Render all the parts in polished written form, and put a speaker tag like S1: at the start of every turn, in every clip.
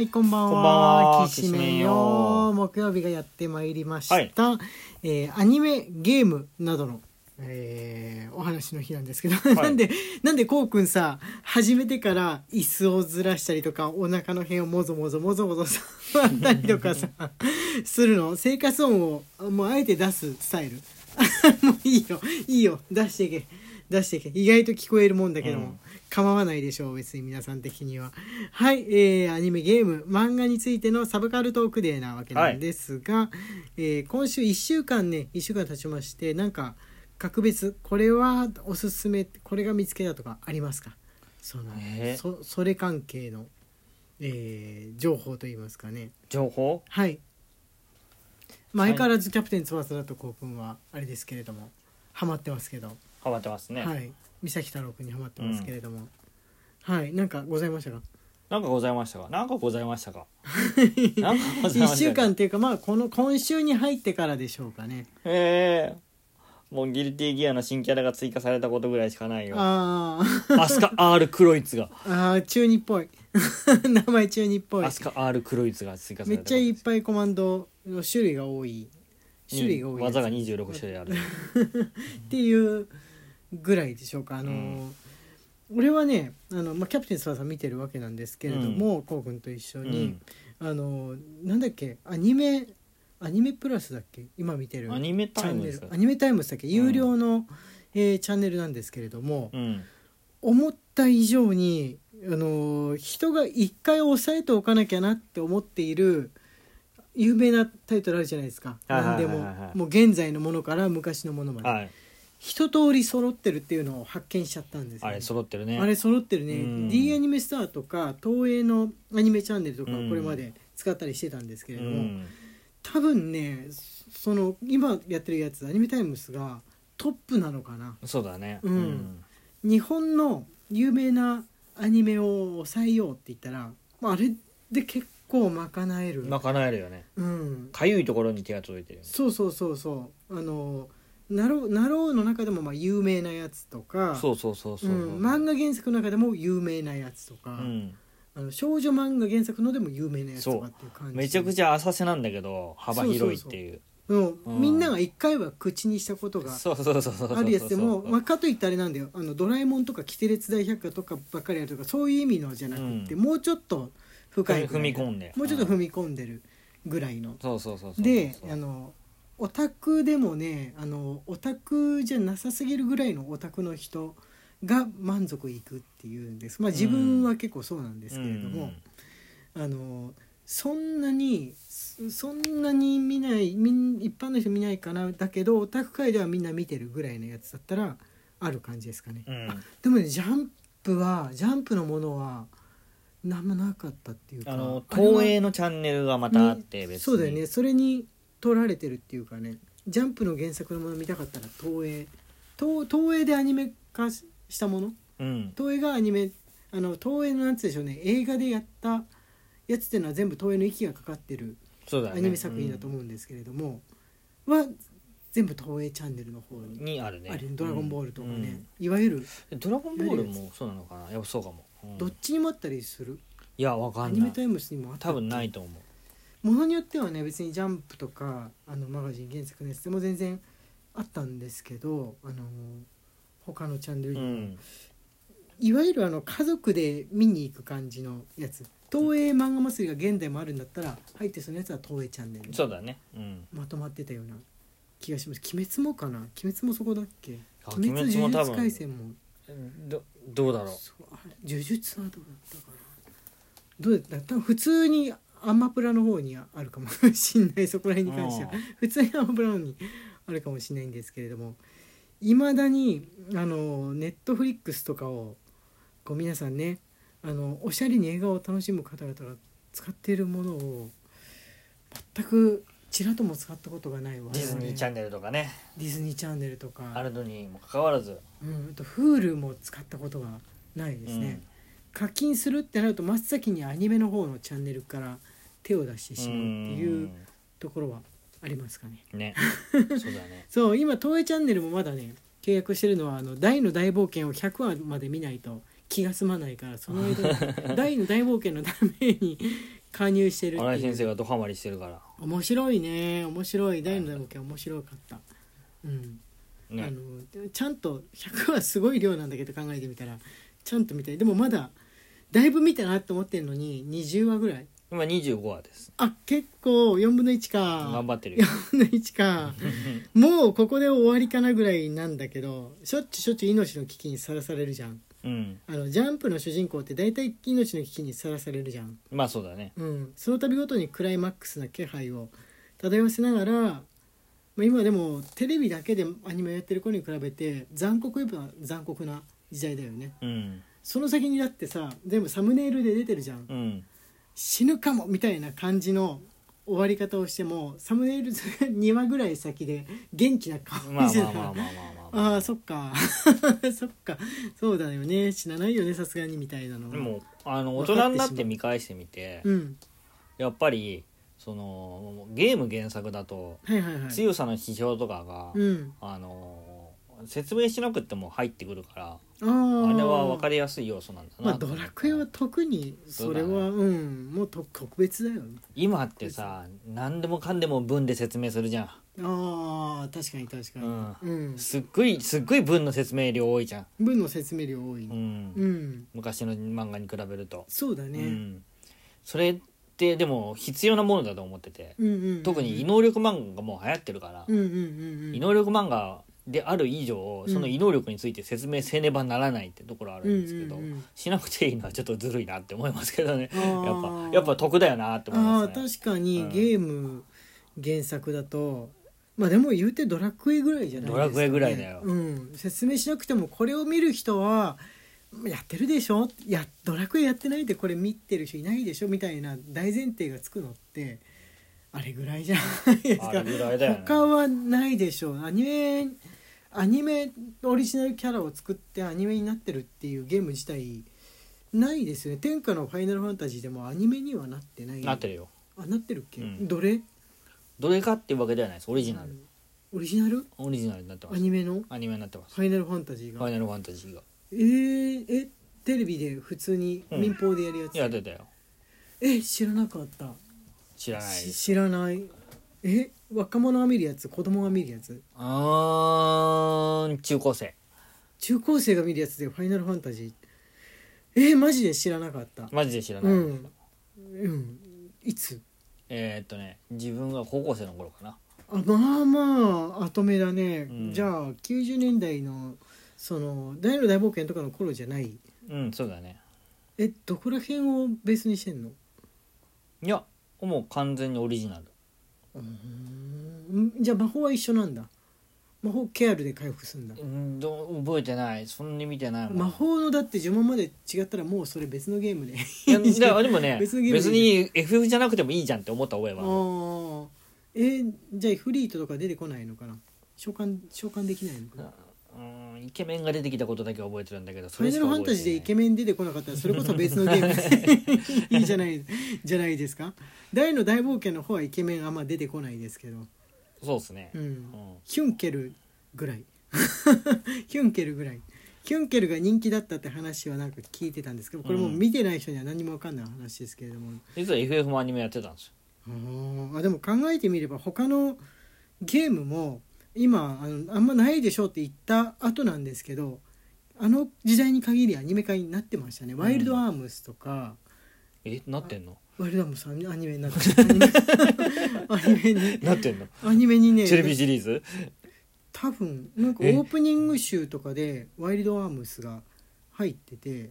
S1: はい、こんばん
S2: こんばん
S1: は。
S2: は
S1: きしめんよ。木曜日がやってまいりました。アニメ、ゲームなどの、お話の日なんですけど、
S2: はい、
S1: なんでこうくんさ、始めてから椅子をずらしたりとか、お腹の辺をもぞもぞ触ったりとかさ、するの。生活音をもうあえて出すスタイル。もういいよ、出していけ。意外と聞こえるもんだけども、構わないでしょう、別に皆さん的には。はい、アニメ、ゲーム、漫画についてのサブカルトークデーなわけなんですが、今週1週間経ちまして、なんか格別これはおすすめ、これが見つけたとかありますか？それ関係の、情報といいますかね。
S2: 情報？
S1: はい。相変わらずキャプテン翼だとこうくんはあれですけれども、ハマってますけど。
S2: ハマってますね。
S1: はい。三崎太郎くんにハマってますけれども、はい。なんかございましたか？
S2: なんかございましたか
S1: 1週間っていうか、まあ今週に入ってからでしょうかね。
S2: もうギルティギアの新キャラが追加されたことぐらいしかないよ。
S1: ア
S2: スカ R クロイツが
S1: 中二っぽい名前中二っぽい。
S2: アスカ R クロイツが追加された。
S1: めっちゃいっぱいコマンドの種類が多い
S2: 技が26種類ある
S1: っていうぐらいでしょうか。俺はねキャプテン翼見てるわけなんですけれども、こうくんと一緒に、なんだっけ、アニメプラスだっけ、今見てる
S2: アニメタイムズ
S1: だっけ、有料の、チャンネルなんですけれども、思った以上に人が一回押さえておかなきゃなって思っている有名なタイトルあるじゃないですか。何でも、もう現在のものから昔のものまで、一通り揃ってるっていうのを発見しちゃったんですよね。
S2: あれ揃ってるね。
S1: D アニメスターとか東映のアニメチャンネルとかこれまで使ったりしてたんですけれども、多分ね、その今やってるやつアニメタイムスがトップなのかな。
S2: そうだね。
S1: 日本の有名なアニメを抑えようって言ったら、あれで結構賄える
S2: よね。かゆいところに手が届いてるよね。
S1: そうナローの中でも有名なやつとか、漫画原作の中でも有名なやつとか、少女漫画原作のでも有名なやつとかっていう感じ。
S2: めちゃくちゃ浅瀬なんだけど幅広いっていう。
S1: みんなが一回は口にしたことがあるやつでも、かといってあれなんだよ、ドラえもんとかキテレツ大百科とかばっかりやるとかそういう意味のじゃなくて、もうちょっと深い、もうちょっと踏み込んでるぐらいの。で、オタクでもね、オタクじゃなさすぎるぐらいのオタクの人が満足いくっていうんです。自分は結構そうなんですけれども、そんなに見ない、一般の人見ないかな、だけどオタク界ではみんな見てるぐらいのやつだったらある感じですかね。でもね、ジャンプのものは何もなかったっていうか、
S2: 東映のチャンネルがまたあって別に、
S1: そうだよね、それに取られてるっていうかね、ジャンプの原作のもの見たかったら東映でアニメ化したもの、東映がアニメ、東映のなんつうでしょうね、映画でやったやつっていうのは全部東映の息がかかってるアニメ作品だと思うんですけれども、は全部東映チャンネルの方に
S2: あるね。
S1: ドラゴンボールとかね、いわゆる
S2: ドラゴンボールもそうなのかな。いや、そうかも、
S1: どっちにもあったりする。
S2: いや、わかんない。
S1: アニメタイムスにもあった
S2: 多分ないと思う。
S1: ものによってはね、別にジャンプとかマガジン原作のやつでも全然あったんですけど、他のチャンネルにも、いわゆる家族で見に行く感じのやつ、東映漫画祭りが現代もあるんだったら入ってそのやつは東映チャンネルに
S2: そうだね、
S1: まとまってたような気がします。鬼滅もかな、鬼滅もそこだっけ。
S2: 鬼滅も多分、
S1: 呪術廻戦も
S2: どうだろう。
S1: 呪術はどうだったかな。どうだった？多分普通にアマプラの方にあるかもしんない。そこら辺に関しては普通にアマプラの方にあるかもしれないんですけれども、いまだにネットフリックスとかをこう皆さんね、おしゃれに映画を楽しむ方々が使っているものを全くちらとも使ったことがないわ。
S2: ディズニーチャンネルとかね、
S1: ディズニーチャンネルとか
S2: あるのにもかかわらず、
S1: Hulu も使ったことがないですね。課金するってなると真っ先にアニメの方のチャンネルから手を出してしまうっていうところはありますかね。
S2: そうだね。
S1: そう、今東映チャンネルもまだね契約してるのは大の大冒険を100話まで見ないと気が済まないから、その間大の大冒険のために加入してるっていう。
S2: 新井先生がドハマりしてるから
S1: 面白いね、面白い。大の大冒険面白かった。うん
S2: ね。
S1: ちゃんと100はすごい量なんだけど、考えてみたらちゃんと見たい。でもまだだいぶ見たなと思ってるのに20話ぐらい。
S2: 今25話です。
S1: あ、結構4分の1か。
S2: 頑張ってるよ。
S1: 4分の1かもうここで終わりかなぐらいなんだけど、しょっちゅう命の危機にさらされるじゃん。
S2: うん。
S1: ジャンプの主人公って大体命の危機にさらされるじゃん。
S2: まあそうだね。
S1: うん、その度ごとにクライマックスな気配を漂わせながら、まあ、今でもテレビだけでアニメやってる子に比べて残酷な時代だよね。
S2: うん。
S1: その先にだってさ、全部サムネイルで出てるじゃん。
S2: うん。
S1: 死ぬかもみたいな感じの終わり方をしても、サムネイル2話ぐらい先で元気な顔
S2: まあ
S1: してた。
S2: まあまあまあまあまあ、
S1: ああ、そっかそっか、そうだよね、死なないよねさすがにみたいなの。
S2: でも大人になって見返してみて、
S1: うん、
S2: やっぱりそのゲーム原作だと、
S1: はいはいはい、
S2: 強さの指標とかが、
S1: うん、
S2: 説明しなくても入ってくるから、
S1: あ
S2: れは分かりやすい要素なんだな。
S1: まあ、ドラクエは特にそれは、もう特別だよね。
S2: 今ってさ、何でもかんでも文で説明するじゃん。
S1: あー、確かに確かに、うん、
S2: すっごい文の説明量多いじゃん。
S1: 文の説明量多い、
S2: 昔の漫画に比べると。
S1: そうだね、
S2: それってでも必要なものだと思ってて、特に異能力漫画がもう流行ってるから、異能力漫画である以上、その異能力について説明せねばならないってところあるんですけど、しなくていいのはちょっとずるいなって思いますけどね。やっぱ得だよなって思いますね。
S1: 確かにゲーム原作だと、まあでも言うてドラクエぐらいじゃないですか、ね、
S2: ドラクエぐらいだよ、
S1: 説明しなくてもこれを見る人はやってるでしょ、ドラクエやってないでこれ見てる人いないでしょみたいな大前提がつくのってあれぐらいじゃないですか。
S2: あれぐらいだよね。
S1: 他はないでしょう。アニメオリジナルキャラを作ってアニメになってるっていうゲーム自体ないですよね。天下のファイナルファンタジーでもアニメにはなってない。
S2: なってるよ。
S1: あ、なってるっけ、どれ
S2: かっていうわけではないです。オリジナルになってます。アニメになってます。
S1: ファイナルファンタジーがテレビで普通に民放でやるやつ、
S2: やってたよ。
S1: 知らなかった。
S2: 知らないです。
S1: 知らない。若者が見るやつ、子供が見るやつ、
S2: 中高生
S1: が見るやつでファイナルファンタジー、マジで知らなかった。
S2: マジで知らない。
S1: いつ？
S2: 自分が高校生の頃かな。
S1: まあ後目だね、じゃあ90年代のその大の大冒険とかの頃じゃない？
S2: そうだね。
S1: どこら辺をベースにしてんの？
S2: いや、もう完全にオリジナル。
S1: じゃあ魔法は一緒なんだ。魔法ケアルで回復するんだ。
S2: 覚えてない。そんなに見てないもん。
S1: 魔法のだって呪文まで違ったらもうそれ別のゲームで
S2: いやでもね別に FF じゃなくてもいいじゃんって思った覚えは。
S1: じゃあフリートとか出てこないのかな。召喚できないのかな。
S2: イケメンが出てきたことだけ覚えてるんだけど、
S1: ファイナルファンタジーでイケメン出てこなかったらそれこそ別のゲームいいじゃないですか。大の大冒険の方はイケメンあんま出てこないですけど。
S2: そうですね、
S1: ヒュンケルぐらいヒュンケルが人気だったって話はなんか聞いてたんですけど、これも見てない人には何も分かんない話ですけれども、
S2: 実は FF もアニメやってたんです
S1: よ。でも考えてみれば他のゲームも今あんまないでしょって言った後なんですけど、あの時代に限りアニメ化になってましたね。ワイルドアームスとか、
S2: なってんの？
S1: ワイルドアームスアニメになってアニメに
S2: なってんの？
S1: アニメにね、
S2: テレビシリーズ？
S1: 多分なんかオープニング集とかでワイルドアームスが入ってて、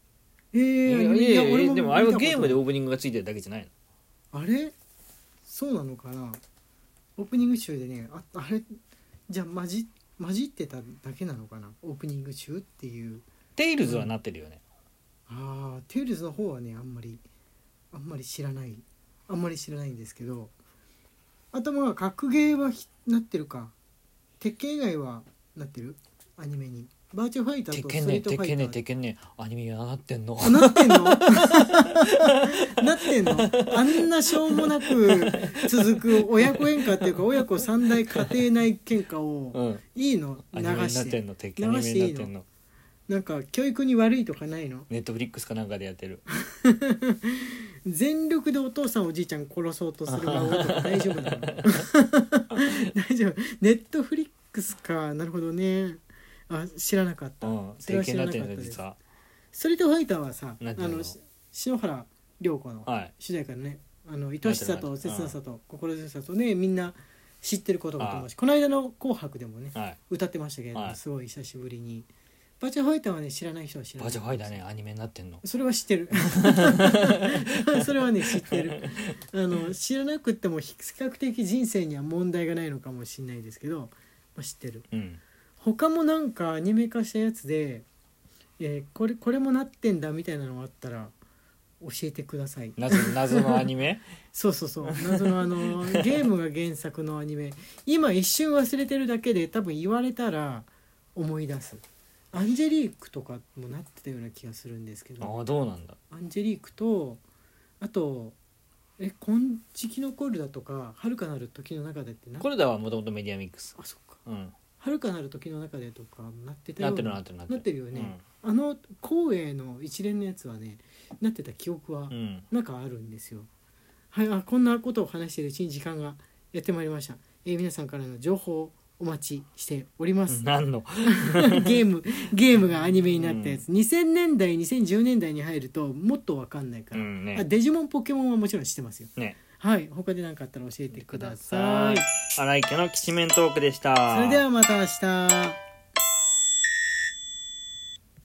S2: でもあれはゲームでオープニングがついてるだけじゃない
S1: の？あれそうなのかな。オープニング集でね、あれじゃあ混じってただけなのかな、オープニング集っていう。
S2: テイルズはなってるよね。
S1: テイルズの方はねあんまり知らないんですけど、あとまあ格ゲーはなってるか。鉄拳以外はなってる？アニメにバーチャファイターとストリートファイター。
S2: 鉄拳ねアニメはなってんの？
S1: なってんの？なってんの？あんなしょうもなく続く親子喧嘩っていうか親子三代家庭内喧嘩をいいの？流して
S2: アニメになってんの？鉄拳アニメになってんの？
S1: なんか教育に悪いとかないの？
S2: ネットフリックスかなんかでやってる。
S1: 全力でお父さんおじいちゃん殺そうとする孫とか大丈夫なの？大丈夫。ネットフリックスか。なるほどね。あ、知らなかった。それは知らなかったです。ストリートファイターはさ、篠原涼子の主題歌のね、愛しさと切なさと心強さとね、みんな知ってることがと思うし、この間の紅白でもね、歌ってましたけど、すごい久しぶりに。バーチャファイターはね、知らない人は知らない。
S2: バーチャファイターね、アニメになってんの。
S1: それは知ってる。それはね、知ってる。知らなくっても比較的人生には問題がないのかもしれないですけど、知ってる。他もなんかアニメ化したやつで、これもなってんだみたいなのがあったら教えてください。
S2: 謎のアニメ？
S1: そう謎のゲームが原作のアニメ。今一瞬忘れてるだけで多分言われたら思い出す。アンジェリークとかもなってたような気がするんですけど。
S2: あ、どうなんだ。
S1: アンジェリークと、あと金色のコルダとか遥かなる時の中でって
S2: コルダはもともとメディアミックス。
S1: あ、そっか。遥かなる時の中でとかなってた
S2: ような。なってる
S1: よね。光栄の一連のやつはね、なってた記憶はなんかあるんですよ。はい、こんなことを話しているうちに時間がやってまいりました。皆さんからの情報お待ちしております。
S2: 何の
S1: ゲームがアニメになったやつ、2000年代2010年代に入るともっと分かんないから、デジモンポケモンはもちろん知ってますよね。はい、他で何かあったら教えてください。
S2: 荒井家のきしめんトークでした。
S1: それではまた明日。